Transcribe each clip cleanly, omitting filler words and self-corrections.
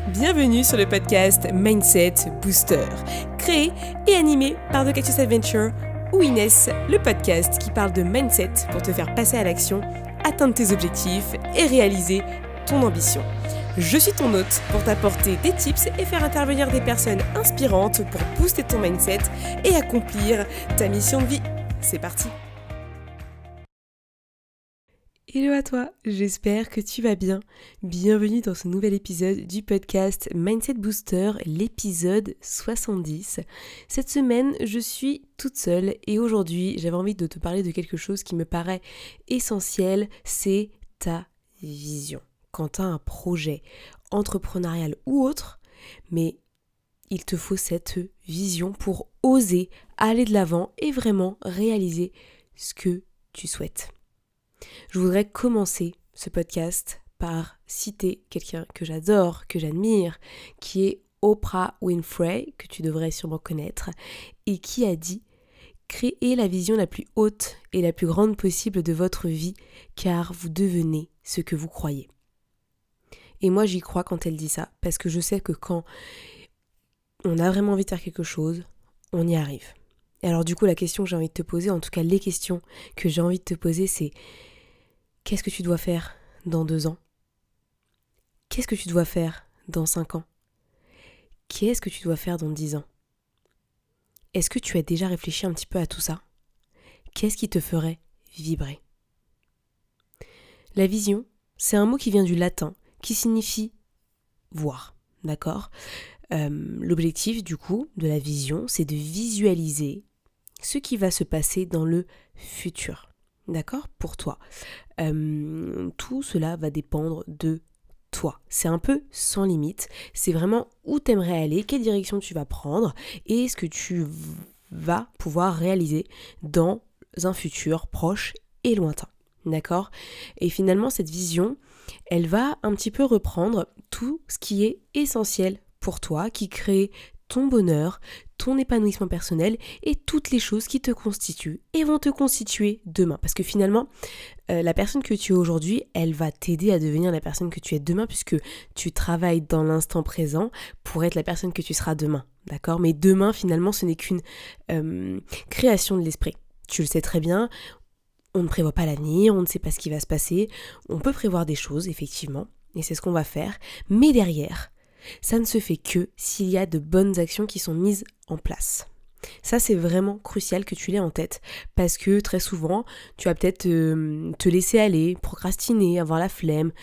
Bienvenue sur le podcast Mindset Booster, créé et animé par The Cactus Adventure ou Inès, le podcast qui parle de mindset pour te faire passer à l'action, atteindre tes objectifs et réaliser ton ambition. Je suis ton hôte pour t'apporter des tips et faire intervenir des personnes inspirantes pour booster ton mindset et accomplir ta mission de vie. C'est parti! Hello à toi, j'espère que tu vas bien. Bienvenue dans ce nouvel épisode du podcast Mindset Booster, l'épisode 70. Cette semaine, je suis toute seule et aujourd'hui, j'avais envie de te parler de quelque chose qui me paraît essentiel, c'est ta vision. Quand tu as un projet entrepreneurial ou autre, mais il te faut cette vision pour oser aller de l'avant et vraiment réaliser ce que tu souhaites. Je voudrais commencer ce podcast par citer quelqu'un que j'adore, que j'admire, qui est Oprah Winfrey, que tu devrais sûrement connaître, et qui a dit « Créez la vision la plus haute et la plus grande possible de votre vie, car vous devenez ce que vous croyez. » Et moi j'y crois quand elle dit ça, parce que je sais que quand on a vraiment envie de faire quelque chose, on y arrive. Et alors du coup la question que j'ai envie de te poser, en tout cas les questions que j'ai envie de te poser, c'est qu'est-ce que tu dois faire dans 2 ans? Qu'est-ce que tu dois faire dans 5 ans? Qu'est-ce que tu dois faire dans 10 ans? Est-ce que tu as déjà réfléchi un petit peu à tout ça? Qu'est-ce qui te ferait vibrer? La vision, c'est un mot qui vient du latin, qui signifie voir, d'accord? L'objectif du coup de la vision, c'est de visualiser ce qui va se passer dans le futur. D'accord? Pour toi. Tout cela va dépendre de toi. C'est un peu sans limite. C'est vraiment où tu aimerais aller, quelle direction tu vas prendre et ce que tu vas pouvoir réaliser dans un futur proche et lointain. D'accord? Et finalement, cette vision, elle va un petit peu reprendre tout ce qui est essentiel pour toi, qui crée ton bonheur, ton épanouissement personnel et toutes les choses qui te constituent et vont te constituer demain. Parce que finalement, la personne que tu es aujourd'hui, elle va t'aider à devenir la personne que tu es demain puisque tu travailles dans l'instant présent pour être la personne que tu seras demain. D'accord? Mais demain, finalement, ce n'est qu'une création de l'esprit. Tu le sais très bien, on ne prévoit pas l'avenir, on ne sait pas ce qui va se passer. On peut prévoir des choses, effectivement, et c'est ce qu'on va faire. Mais derrière, ça ne se fait que s'il y a de bonnes actions qui sont mises en place. Ça, c'est vraiment crucial que tu l'aies en tête parce que très souvent, tu vas peut-être te laisser aller, procrastiner, avoir la flemme,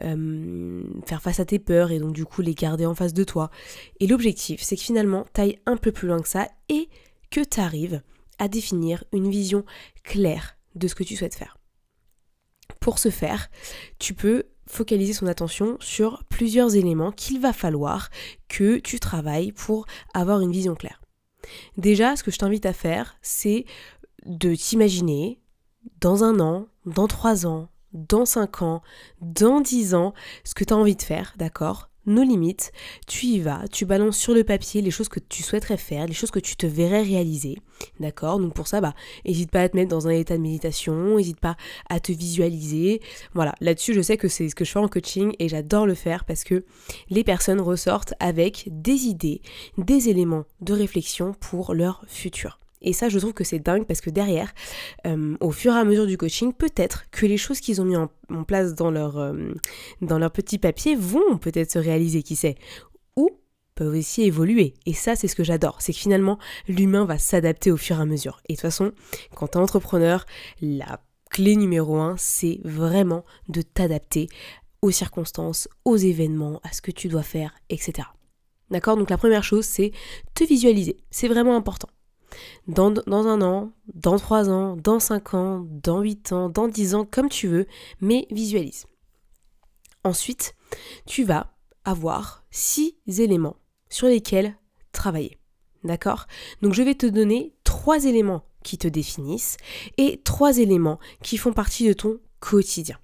faire face à tes peurs et donc du coup les garder en face de toi. Et l'objectif, c'est que finalement, tu ailles un peu plus loin que ça et que tu arrives à définir une vision claire de ce que tu souhaites faire. Pour ce faire, tu peux focaliser son attention sur plusieurs éléments qu'il va falloir que tu travailles pour avoir une vision claire. Déjà, ce que je t'invite à faire, c'est de t'imaginer dans 1 an, dans 3 ans, dans 5 ans, dans 10 ans, ce que tu as envie de faire, d'accord ? Nos limites, tu y vas, tu balances sur le papier les choses que tu souhaiterais faire, les choses que tu te verrais réaliser, d'accord? Donc pour ça, n'hésite pas à te mettre dans un état de méditation, n'hésite pas à te visualiser. Voilà, là-dessus, je sais que c'est ce que je fais en coaching et j'adore le faire parce que les personnes ressortent avec des idées, des éléments de réflexion pour leur futur. Et ça, je trouve que c'est dingue parce que derrière, au fur et à mesure du coaching, peut-être que les choses qu'ils ont mis en place dans leur petit papier vont peut-être se réaliser, qui sait, ou peuvent aussi évoluer. Et ça, c'est ce que j'adore, c'est que finalement, l'humain va s'adapter au fur et à mesure. Et de toute façon, quand tu es entrepreneur, la clé numéro 1, c'est vraiment de t'adapter aux circonstances, aux événements, à ce que tu dois faire, etc. D'accord? Donc la première chose, c'est te visualiser. C'est vraiment important. Dans 1 an, dans 3 ans, dans 5 ans, dans 8 ans, dans 10 ans, comme tu veux, mais visualise. Ensuite, tu vas avoir 6 éléments sur lesquels travailler. D'accord? Donc je vais te donner 3 éléments qui te définissent et 3 éléments qui font partie de ton quotidien.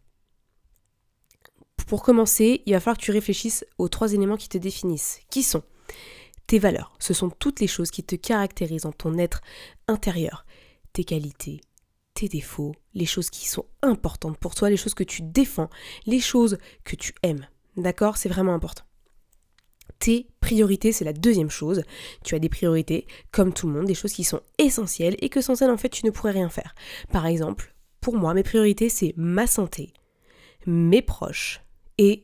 Pour commencer, il va falloir que tu réfléchisses aux 3 éléments qui te définissent, qui sont tes valeurs. Ce sont toutes les choses qui te caractérisent en ton être intérieur, tes qualités, tes défauts, les choses qui sont importantes pour toi, les choses que tu défends, les choses que tu aimes. D'accord? C'est vraiment important. Tes priorités, c'est la deuxième chose. Tu as des priorités, comme tout le monde, des choses qui sont essentielles et que sans elles, en fait, tu ne pourrais rien faire. Par exemple, pour moi, mes priorités, c'est ma santé, mes proches et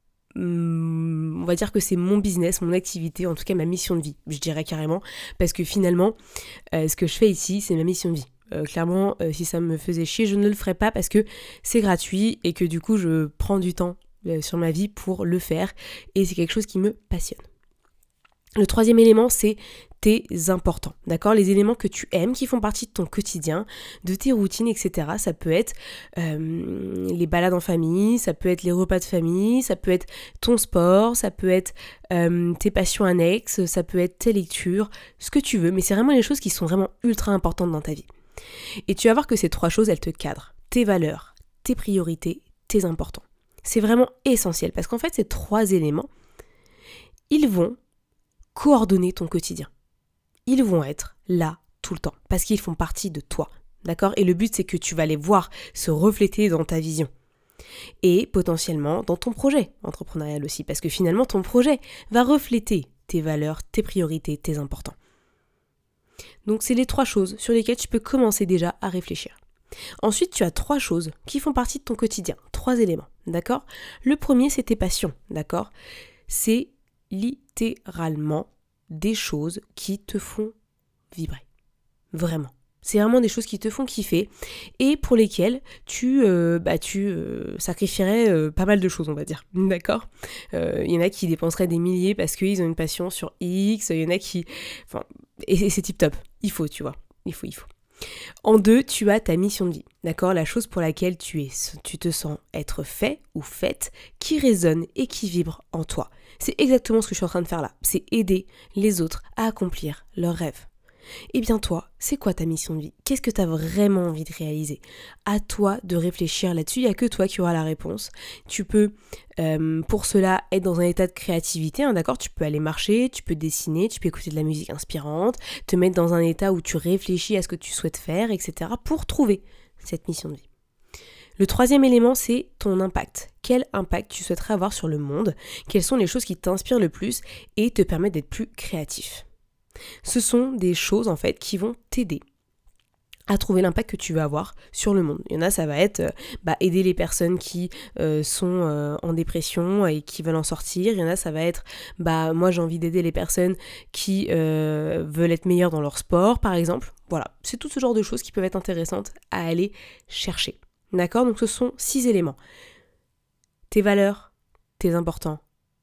on va dire que c'est mon business, mon activité, en tout cas ma mission de vie, je dirais carrément, parce que finalement, ce que je fais ici, c'est ma mission de vie. Clairement, si ça me faisait chier, je ne le ferais pas parce que c'est gratuit et que du coup, je prends du temps sur ma vie pour le faire et c'est quelque chose qui me passionne. Le troisième élément, c'est tes importants, d'accord ? Les éléments que tu aimes, qui font partie de ton quotidien, de tes routines, etc. Ça peut être les balades en famille, ça peut être les repas de famille, ça peut être ton sport, ça peut être tes passions annexes, ça peut être tes lectures, ce que tu veux, mais c'est vraiment les choses qui sont vraiment ultra importantes dans ta vie. Et tu vas voir que ces trois choses, elles te cadrent. Tes valeurs, tes priorités, tes importants. C'est vraiment essentiel parce qu'en fait, ces trois éléments, ils vont coordonner ton quotidien. Ils vont être là tout le temps parce qu'ils font partie de toi, d'accord ? Et le but, c'est que tu vas les voir se refléter dans ta vision et potentiellement dans ton projet entrepreneurial aussi parce que finalement, ton projet va refléter tes valeurs, tes priorités, tes importants. Donc, c'est les trois choses sur lesquelles tu peux commencer déjà à réfléchir. Ensuite, tu as trois choses qui font partie de ton quotidien, trois éléments, d'accord ? Le premier, c'est tes passions, d'accord ? C'est littéralement des choses qui te font vibrer. Vraiment. C'est vraiment des choses qui te font kiffer et pour lesquelles tu sacrifierais pas mal de choses, on va dire. D'accord ? Il y en a qui dépenseraient des milliers parce qu'ils ont une passion sur X, il y en a qui... Et c'est tip top. Il faut, tu vois. Il faut. En deux, tu as ta mission de vie, d'accord ? La chose pour laquelle tu te sens être fait ou faite, qui résonne et qui vibre en toi. C'est exactement ce que je suis en train de faire là. C'est aider les autres à accomplir leurs rêves. Eh bien toi, c'est quoi ta mission de vie ? Qu'est-ce que tu as vraiment envie de réaliser ? À toi de réfléchir là-dessus, il n'y a que toi qui auras la réponse. Tu peux, pour cela, être dans un état de créativité, hein, d'accord ? Tu peux aller marcher, tu peux dessiner, tu peux écouter de la musique inspirante, te mettre dans un état où tu réfléchis à ce que tu souhaites faire, etc. pour trouver cette mission de vie. Le troisième élément, c'est ton impact. Quel impact tu souhaiterais avoir sur le monde ? Quelles sont les choses qui t'inspirent le plus et te permettent d'être plus créatif ? Ce sont des choses en fait qui vont t'aider à trouver l'impact que tu veux avoir sur le monde. Il y en a, ça va être aider les personnes qui sont en dépression et qui veulent en sortir. Il y en a, ça va être moi j'ai envie d'aider les personnes qui veulent être meilleures dans leur sport par exemple. Voilà, c'est tout ce genre de choses qui peuvent être intéressantes à aller chercher. D'accord ? Donc ce sont 6 éléments. Tes valeurs, tes importants,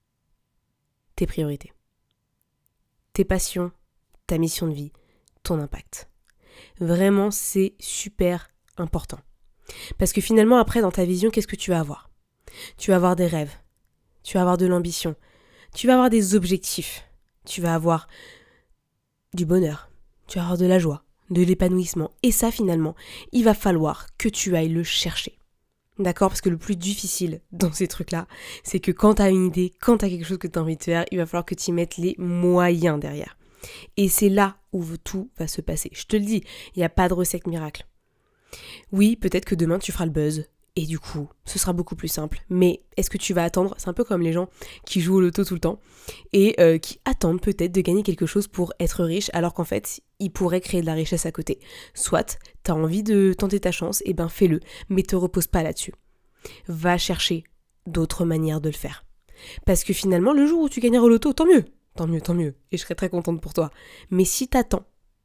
tes priorités, tes passions, ta mission de vie, ton impact. Vraiment, c'est super important. Parce que finalement, après, dans ta vision, qu'est-ce que tu vas avoir ? Tu vas avoir des rêves, tu vas avoir de l'ambition, tu vas avoir des objectifs, tu vas avoir du bonheur, tu vas avoir de la joie, de l'épanouissement. Et ça, finalement, il va falloir que tu ailles le chercher. D'accord ? Parce que le plus difficile dans ces trucs-là, c'est que quand tu as une idée, quand tu as quelque chose que tu as envie de faire, il va falloir que tu y mettes les moyens derrière. Et c'est là où tout va se passer. Je te le dis, il n'y a pas de recette miracle. Oui, peut-être que demain tu feras le buzz. Et du coup, ce sera beaucoup plus simple. Mais est-ce que tu vas attendre ? C'est un peu comme les gens qui jouent au loto tout le temps et qui attendent peut-être de gagner quelque chose pour être riche alors qu'en fait, ils pourraient créer de la richesse à côté. Soit, tu as envie de tenter ta chance, et ben fais-le, mais te repose pas là-dessus. Va chercher d'autres manières de le faire. Parce que finalement, le jour où tu gagneras au loto, tant mieux. Tant mieux, et je serai très contente pour toi. Mais si t'attends,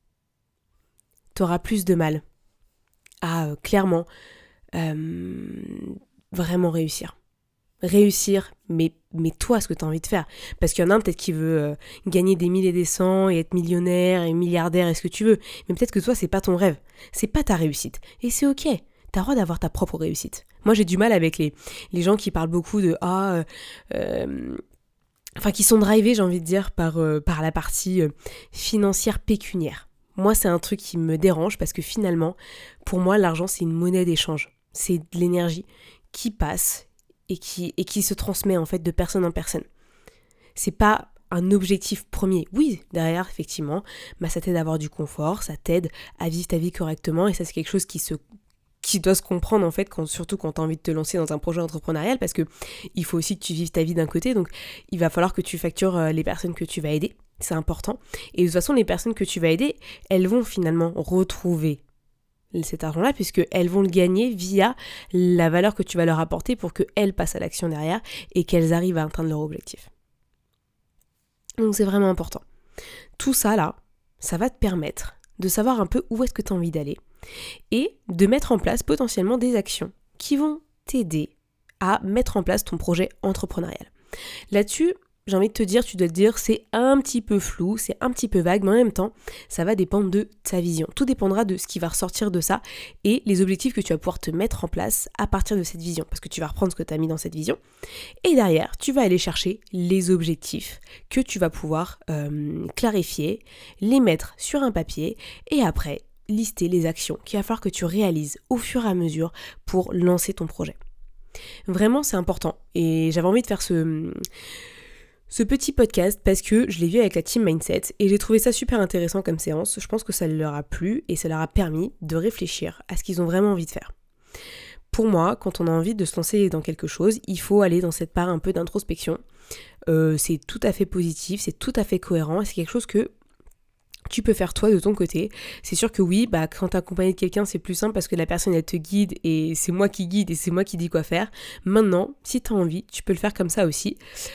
t'auras plus de mal à clairement vraiment réussir. Réussir, mais toi, ce que t'as envie de faire. Parce qu'il y en a un peut-être qui veut gagner des mille et des cents et être millionnaire et milliardaire et ce que tu veux. Mais peut-être que toi, c'est pas ton rêve. C'est pas ta réussite. Et c'est ok. T'as le droit d'avoir ta propre réussite. Moi, j'ai du mal avec les gens qui parlent beaucoup de qui sont drivés, j'ai envie de dire, par la partie financière pécuniaire. Moi, c'est un truc qui me dérange parce que finalement, pour moi, l'argent, c'est une monnaie d'échange. C'est de l'énergie qui passe et qui se transmet en fait de personne en personne. C'est pas un objectif premier. Oui, derrière, effectivement, ça t'aide à avoir du confort, ça t'aide à vivre ta vie correctement et ça, c'est quelque chose qui qui doit se comprendre en fait, surtout quand tu as envie de te lancer dans un projet entrepreneurial, parce que il faut aussi que tu vives ta vie d'un côté, donc il va falloir que tu factures les personnes que tu vas aider, c'est important. Et de toute façon, les personnes que tu vas aider, elles vont finalement retrouver cet argent-là, puisqu'elles vont le gagner via la valeur que tu vas leur apporter pour qu'elles passent à l'action derrière et qu'elles arrivent à atteindre leur objectif. Donc c'est vraiment important. Tout ça là, ça va te permettre de savoir un peu où est-ce que tu as envie d'aller et de mettre en place potentiellement des actions qui vont t'aider à mettre en place ton projet entrepreneurial. Là-dessus, j'ai envie de te dire, tu dois te dire, c'est un petit peu flou, c'est un petit peu vague, mais en même temps, ça va dépendre de ta vision. Tout dépendra de ce qui va ressortir de ça et les objectifs que tu vas pouvoir te mettre en place à partir de cette vision. Parce que tu vas reprendre ce que tu as mis dans cette vision et derrière, tu vas aller chercher les objectifs que tu vas pouvoir clarifier, les mettre sur un papier et après, lister les actions qu'il va falloir que tu réalises au fur et à mesure pour lancer ton projet. Vraiment, c'est important et j'avais envie de faire ce petit podcast parce que je l'ai vu avec la team Mindset et j'ai trouvé ça super intéressant comme séance. Je pense que ça leur a plu et ça leur a permis de réfléchir à ce qu'ils ont vraiment envie de faire. Pour moi, quand on a envie de se lancer dans quelque chose, il faut aller dans cette part un peu d'introspection. C'est tout à fait positif, c'est tout à fait cohérent et c'est quelque chose que tu peux faire toi de ton côté. C'est sûr que oui, quand t'es accompagné de quelqu'un, c'est plus simple parce que la personne elle te guide et c'est moi qui guide et c'est moi qui dis quoi faire. Maintenant, si t'as envie, tu peux le faire comme ça aussi.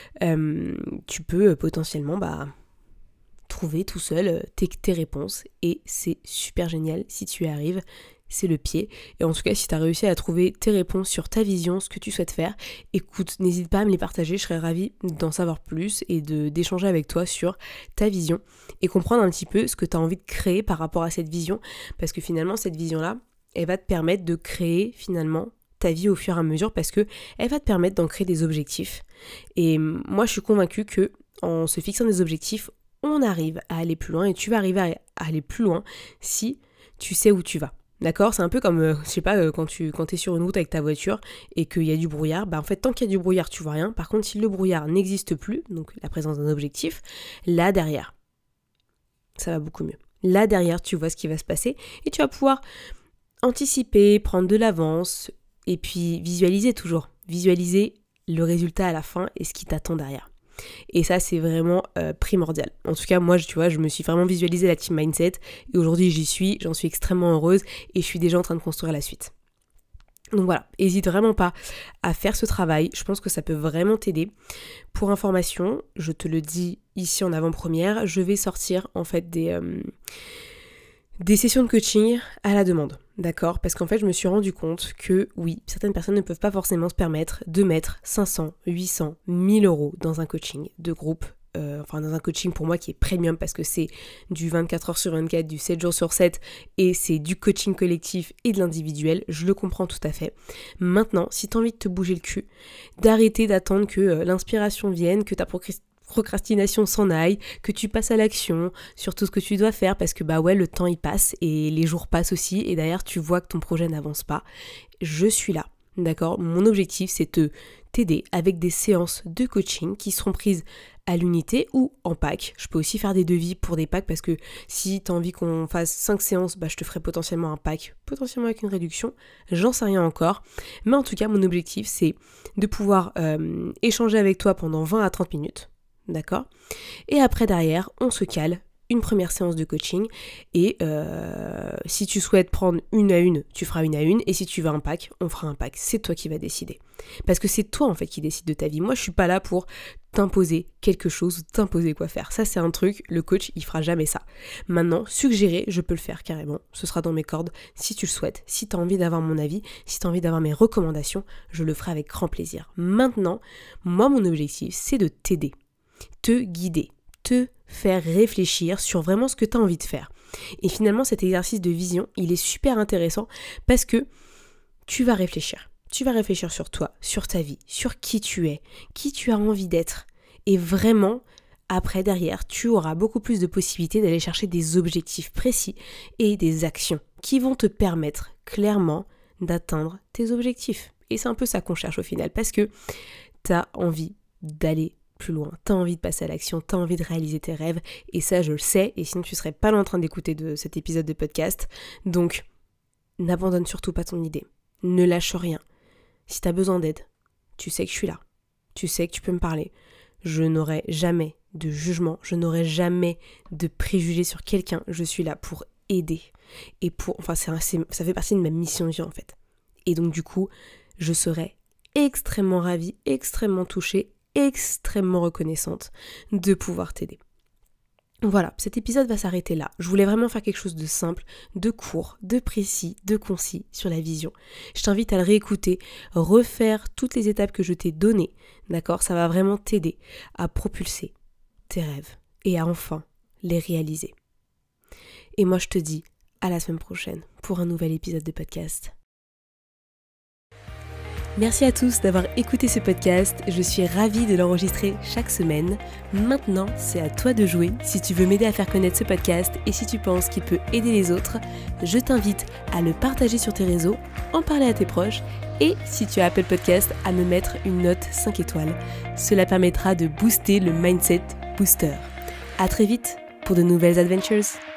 Tu peux potentiellement trouver tout seul tes réponses et c'est super génial si tu y arrives. C'est le pied. Et en tout cas, si tu as réussi à trouver tes réponses sur ta vision, ce que tu souhaites faire, écoute, n'hésite pas à me les partager, je serais ravie d'en savoir plus et d'échanger avec toi sur ta vision et comprendre un petit peu ce que tu as envie de créer par rapport à cette vision, parce que finalement, cette vision-là, elle va te permettre de créer finalement ta vie au fur et à mesure, parce que elle va te permettre d'en créer des objectifs. Et moi, je suis convaincue que en se fixant des objectifs, on arrive à aller plus loin et tu vas arriver à aller plus loin si tu sais où tu vas. D'accord, c'est un peu comme, quand t'es sur une route avec ta voiture et qu'il y a du brouillard, en fait, tant qu'il y a du brouillard, tu vois rien. Par contre, si le brouillard n'existe plus, donc la présence d'un objectif, là derrière, ça va beaucoup mieux. Là derrière, tu vois ce qui va se passer et tu vas pouvoir anticiper, prendre de l'avance et puis visualiser toujours. Visualiser le résultat à la fin et ce qui t'attend derrière. Et ça, c'est vraiment primordial. En tout cas, moi, je me suis vraiment visualisé la team Mindset et aujourd'hui, j'en suis extrêmement heureuse et je suis déjà en train de construire la suite. Donc voilà, n'hésite vraiment pas à faire ce travail, je pense que ça peut vraiment t'aider. Pour information, je te le dis ici en avant-première, je vais sortir en fait des sessions de coaching à la demande, d'accord ? Parce qu'en fait, je me suis rendu compte que oui, certaines personnes ne peuvent pas forcément se permettre de mettre 500, 800, 1000 euros dans un coaching de groupe, dans un coaching pour moi qui est premium parce que c'est du 24 heures sur 24, du 7 jours sur 7 et c'est du coaching collectif et de l'individuel, je le comprends tout à fait. Maintenant, si tu as envie de te bouger le cul, d'arrêter d'attendre que l'inspiration vienne, que ta procrastination s'en aille, que tu passes à l'action sur tout ce que tu dois faire parce que le temps il passe et les jours passent aussi et d'ailleurs tu vois que ton projet n'avance pas. Je suis là, d'accord ? Mon objectif c'est de t'aider avec des séances de coaching qui seront prises à l'unité ou en pack. Je peux aussi faire des devis pour des packs parce que si tu as envie qu'on fasse 5 séances, je te ferai potentiellement un pack, potentiellement avec une réduction, j'en sais rien encore. Mais en tout cas, mon objectif c'est de pouvoir échanger avec toi pendant 20 à 30 minutes. D'accord ? Et après derrière, on se cale une première séance de coaching et si tu souhaites prendre une à une, tu feras une à une et si tu veux un pack, on fera un pack. C'est toi qui vas décider. Parce que c'est toi en fait qui décide de ta vie. Moi, je suis pas là pour t'imposer quelque chose ou t'imposer quoi faire. Ça, c'est un truc, le coach, il fera jamais ça. Maintenant, suggérer, je peux le faire carrément. Ce sera dans mes cordes si tu le souhaites. Si tu as envie d'avoir mon avis, si tu as envie d'avoir mes recommandations, je le ferai avec grand plaisir. Maintenant, moi, mon objectif, c'est de t'aider, te guider, te faire réfléchir sur vraiment ce que tu as envie de faire. Et finalement, cet exercice de vision, il est super intéressant parce que tu vas réfléchir. Tu vas réfléchir sur toi, sur ta vie, sur qui tu es, qui tu as envie d'être. Et vraiment, après, derrière, tu auras beaucoup plus de possibilités d'aller chercher des objectifs précis et des actions qui vont te permettre clairement d'atteindre tes objectifs. Et c'est un peu ça qu'on cherche au final parce que tu as envie d'aller plus loin, t'as envie de passer à l'action, t'as envie de réaliser tes rêves et ça je le sais et sinon tu serais pas là en train d'écouter de cet épisode de podcast. Donc n'abandonne surtout pas ton idée. Ne lâche rien. Si tu as besoin d'aide, tu sais que je suis là. Tu sais que tu peux me parler. Je n'aurai jamais de jugement, je n'aurai jamais de préjugés sur quelqu'un. Je suis là pour aider. Et ça fait partie de ma mission de vie en fait. Et donc du coup, je serai extrêmement ravie, extrêmement touchée, extrêmement reconnaissante de pouvoir t'aider. Voilà, cet épisode va s'arrêter là. Je voulais vraiment faire quelque chose de simple, de court, de précis, de concis sur la vision. Je t'invite à le réécouter, refaire toutes les étapes que je t'ai données, d'accord ? Ça va vraiment t'aider à propulser tes rêves et à enfin les réaliser. Et moi je te dis à la semaine prochaine pour un nouvel épisode de podcast. Merci à tous d'avoir écouté ce podcast, je suis ravie de l'enregistrer chaque semaine. Maintenant, c'est à toi de jouer. Si tu veux m'aider à faire connaître ce podcast et si tu penses qu'il peut aider les autres, je t'invite à le partager sur tes réseaux, en parler à tes proches et si tu as Apple Podcast, à me mettre une note 5 étoiles. Cela permettra de booster le Mindset Booster. À très vite pour de nouvelles adventures.